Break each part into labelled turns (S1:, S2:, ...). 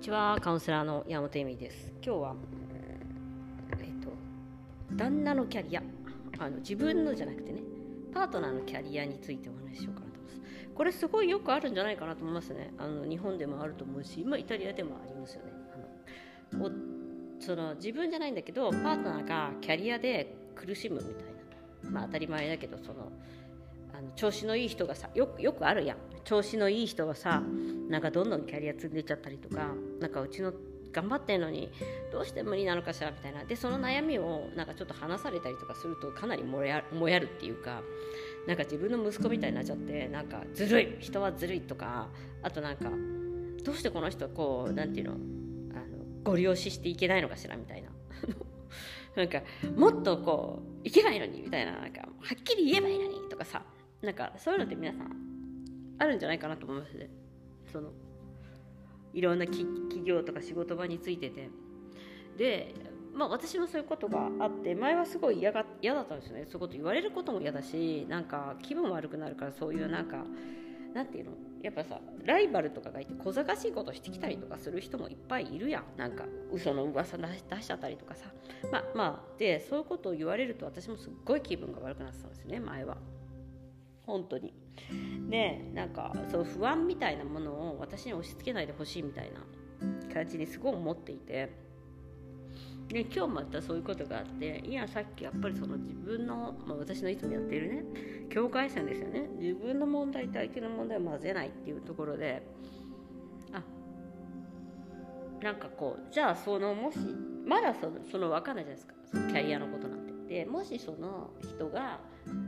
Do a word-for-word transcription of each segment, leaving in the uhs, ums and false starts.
S1: ちは、カウンセラーの山本恵美です。今日は、えっと、旦那のキャリア、あの自分のじゃなくてね、パートナーのキャリアについてお話ししようかなと思います。これすごいよくあるんじゃないかなと思いますね。あの日本でもあると思うし、まあ、イタリアでもありますよね。あのおその自分じゃないんだけど、パートナーがキャリアで苦しむみたいな、まあ当たり前だけど、そのあの調子のいい人がさ、よくよくあるやん。調子のいい人がさ、なんかどんどんキャリア積んでいっちゃったりとか、なんかうちの頑張ってんのにどうして無理なのかしらみたいな。でその悩みをなんかちょっと話されたりとかするとかなりもやもやるっていうか、なんか自分の息子みたいになっちゃって、なんかずるい、人はずるいとか、あとなんかどうしてこの人こうなんていうの、あのご利用ししていけないのかしらみたいななんかもっとこういけばいいのにみたいな、なんかはっきり言えばいいのにとかさ、なんかそういうのって皆さんあるんじゃないかなと思いますね。そのいろんな企業とか仕事場についてて、で、まあ、私もそういうことがあって、前はすごい嫌が嫌だったんですよね。そういうこと言われることも嫌だし、なんか気分悪くなるから、そういうなんかなんていうの、やっぱさ、ライバルとかがいて小賢しいことしてきたりとかする人もいっぱいいるやん。なんか嘘の噂出し、出しちゃったりとかさ、まあまあでそういうことを言われると私もすっごい気分が悪くなってたんですね、前は。本当に。で、なんかそう不安みたいなものを私に押し付けないでほしいみたいな感じにすごい思っていて、で今日またそういうことがあって、いやさっきやっぱりその自分の、まあ、私のいつもやっているね境界線ですよね。自分の問題と相手の問題を混ぜないっていうところで、あ、なんかこうじゃあそのもしまだそのその分かんないじゃないですか、そのキャリアのことなんて。でもしその人が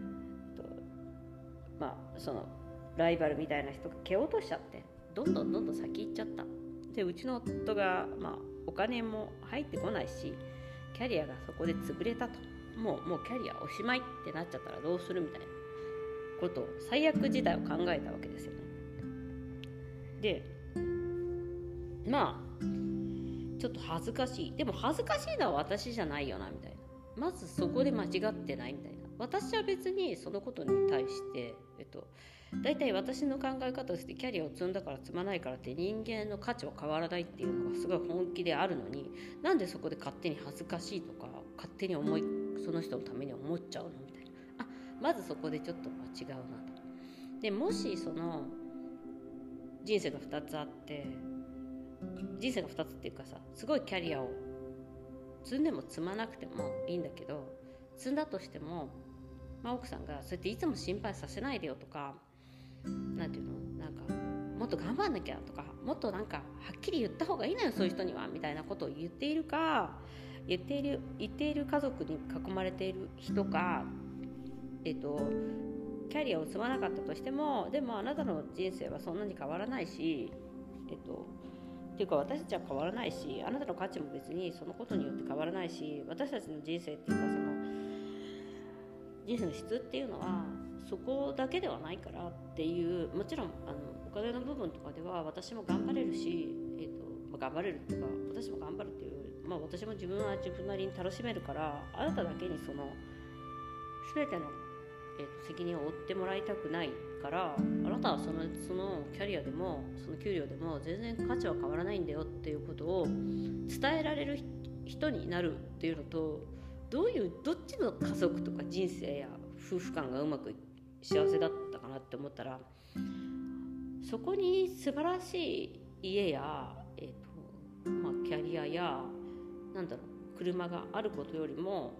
S1: まあそのライバルみたいな人が蹴落としちゃってどんどんどんどん先行っちゃった。でうちの夫がまあお金も入ってこないし、キャリアがそこで潰れたと、もうもうキャリアおしまいってなっちゃったらどうするみたいなことを、最悪事態を考えたわけですよね。でまあちょっと恥ずかしい、でも恥ずかしいのは私じゃないよなみたいな、まずそこで間違ってないみたいな。私は別にそのことに対して、えっと、だいたい私の考え方として、キャリアを積んだから積まないからって人間の価値は変わらないっていうのがすごい本気であるのに、なんでそこで勝手に恥ずかしいとか勝手に思いその人のために思っちゃうのみたいな。あ、まずそこでちょっと違うなと。でもしその人生がふたつあって、人生がふたつっていうかさ、すごいキャリアを積んでも積まなくてもいいんだけど、積んだとしても、まあ、奥さんがそうやっていつも心配させないでよとか、なんていうの、なんかもっと頑張んなきゃとか、もっとなんかはっきり言った方がいいのよそういう人にはみたいなことを言っているか、言っている言っている家族に囲まれている人か、えっとキャリアを積まなかったとしても、でもあなたの人生はそんなに変わらないし、えっとっていうか私たちは変わらないし、あなたの価値も別にそのことによって変わらないし、私たちの人生っていうか、その人生の質っていうのはそこだけではないからっていう、もちろんあのお金の部分とかでは私も頑張れるし、えーとまあ、頑張れるっていうか私も頑張るっていう、まあ、私も自分は自分なりに楽しめるから、あなただけにその全ての、えーと責任を負ってもらいたくないから、あなたはその、そのキャリアでもその給料でも全然価値は変わらないんだよっていうことを伝えられる人になるっていうのと、どういうどっちの家族とか人生や夫婦間がうまく幸せだったかなって思ったら、そこに素晴らしい家や、えーとまあ、キャリアやなんだろう車があることよりも、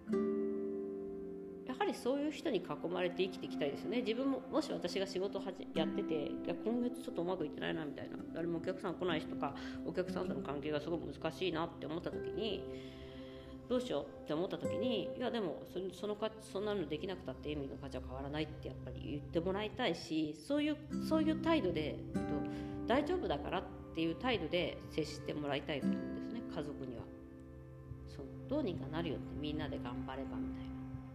S1: やはりそういう人に囲まれて生きていきたいですよね。自分ももし私が仕事はじやってて、いや今月ちょっとうまくいってないなみたいな、誰もお客さん来ないしとか、お客さんとの関係がすごく難しいなって思った時に、どうしようって思った時に、いやでも そ, その価値、そんなのできなくたって意味の価値は変わらないってやっぱり言ってもらいたいし、そういうそういう態度で、えっと、大丈夫だからっていう態度で接してもらいたいと思うんですね、家族には。そう、どうにかなるよって、みんなで頑張ればみたいな。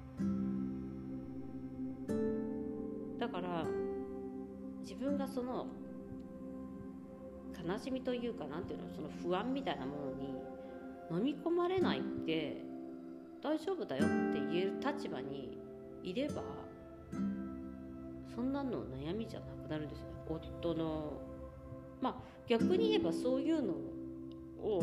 S1: だから自分がその悲しみというか、なんていうの、その不安みたいなものに飲み込まれないで大丈夫だよって言える立場にいれば、そんなの悩みじゃなくなるんですよね。夫のまあ逆に言えばそういうのを、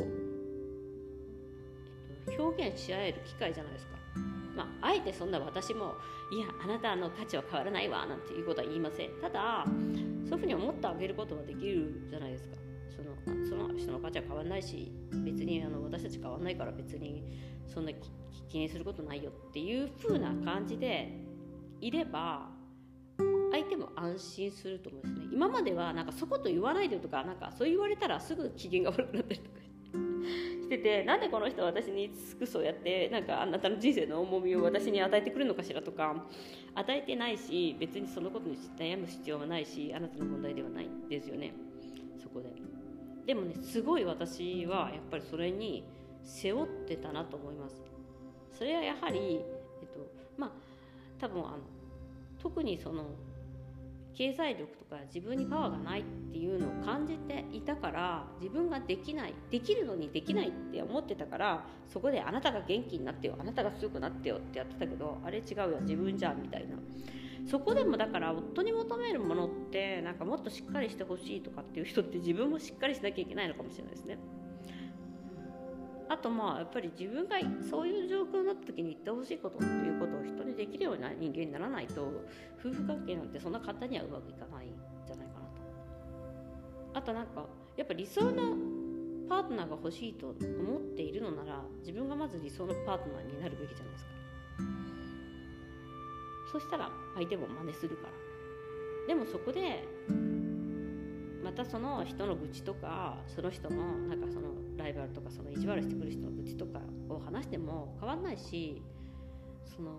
S1: えっと、表現し合える機会じゃないですか。まあ、あえてそんな私もいやあなたの価値は変わらないわなんていうことは言いません。ただそういうふうに思ってあげることはできるじゃないですか。その、その人の価値は変わらないし、別にあの私たち変わらないから別にそんな気にすることないよっていう風な感じでいれば相手も安心すると思うんですね。今まではなんかそこと言わないでとか、なんかそう言われたらすぐ機嫌が悪くなったりとかしてて、なんでこの人は私にくそうやってなんかあなたの人生の重みを私に与えてくるのかしらとか、与えてないし別にそのことに悩む必要はないし、あなたの問題ではないんですよね。そこででもね、すごい私はやっぱりそれに背負ってたなと思います。それはやはり、えっとまあ多分あの特にその経済力とか自分にパワーがないっていうのを感じていたから、自分ができないできるのにできないって思ってたから、そこであなたが元気になってよ、あなたが強くなってよってやってたけど、あれ違うよ自分じゃんみたいな。そこでもだから夫に求めるものってなんかもっとしっかりしてほしいとかっていう人って自分もしっかりしなきゃいけないのかもしれないですね。あとまあやっぱり自分がそういう状況になった時に言ってほしいことっていうことを人にできるような人間にならないと、夫婦関係なんてそんな簡単にはうまくいかないんじゃないかなと。あとなんかやっぱ理想のパートナーが欲しいと思っているのなら、自分がまず理想のパートナーになるべきじゃないですか。そしたら相手も真似するから。でもそこでまたその人の愚痴とか、その人のなんかそのライバルとかその意地悪してくる人の愚痴とかを話しても変わんないし、その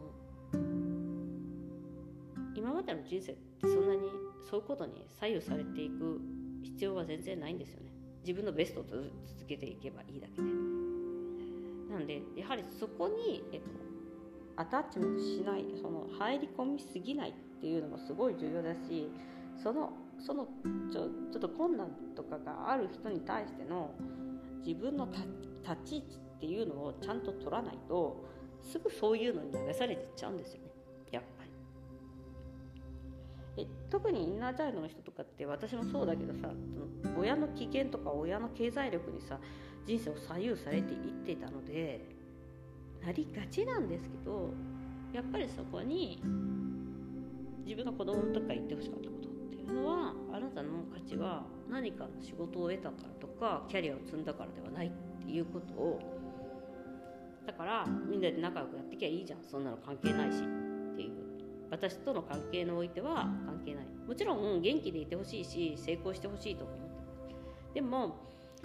S1: 今までの人生ってそんなにそういうことに左右されていく必要は全然ないんですよね。自分のベストを続けていけばいいだけで。なんでやはりそこに、えっと、アタッチメントしない、その入り込みすぎないっていうのもすごい重要だし、そのそのちょ、ちょっと困難とかがある人に対しての自分の立ち位置っていうのをちゃんと取らないと、すぐそういうのに流されていっちゃうんですよね、やっぱり。え特にインナーチャイルドの人とかって、私もそうだけどさ、親の機嫌とか親の経済力にさ人生を左右されていっていたのでなりがちなんですけど、やっぱりそこに自分が子供の時から言ってほしかったことっていうのは、あなたの価値は何かの仕事を得たからとかキャリアを積んだからではないっていうことを、だからみんなで仲良くやってきゃいいじゃん、そんなの関係ないしっていう、私との関係においては関係ない。もちろん元気でいてほしいし成功してほしいと思ってます。でも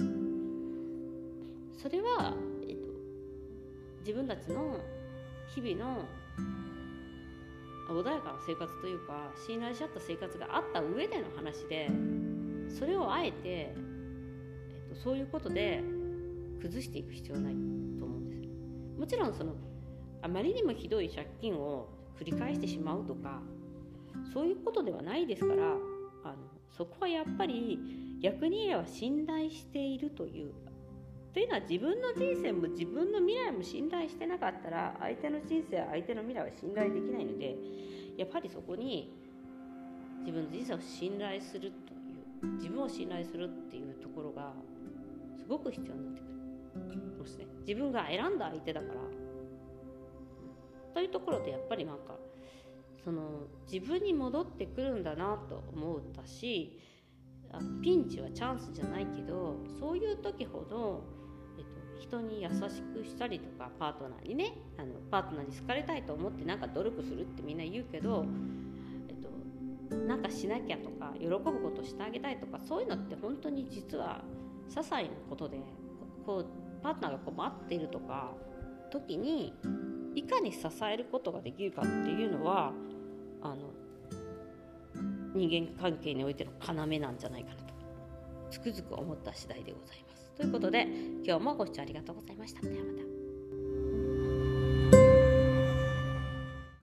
S1: それは、えっと、自分たちの日々の穏やかな生活というか信頼し合った生活があった上での話で、それをあえて、えっと、そういうことで崩していく必要はないと思うんですよ。もちろんそのあまりにもひどい借金を繰り返してしまうとかそういうことではないですから、あのそこはやっぱり逆に言えば信頼しているというというのは、自分の人生も自分の未来も信頼してなかったら相手の人生や相手の未来は信頼できないので、やっぱりそこに自分の人生を信頼するという自分を信頼するっていうところがすごく必要になってくるですね。自分が選んだ相手だからというところで、やっぱりなんかその自分に戻ってくるんだなと思ったし、あピンチはチャンスじゃないけど、そういう時ほど、えっと、人に優しくしたりとか、パートナーにねあのパートナーに好かれたいと思ってなんか努力するってみんな言うけど、えっと、なんかしなきゃとか喜ぶことしてあげたいとか、そういうのって本当に実は些細なことで、こうパートナーが困っているとか時にいかに支えることができるかっていうのは、あの人間関係においての要なんじゃないかなとつくづく思った次第でございます。ということで今日もご視聴ありがとうございました。ではまた。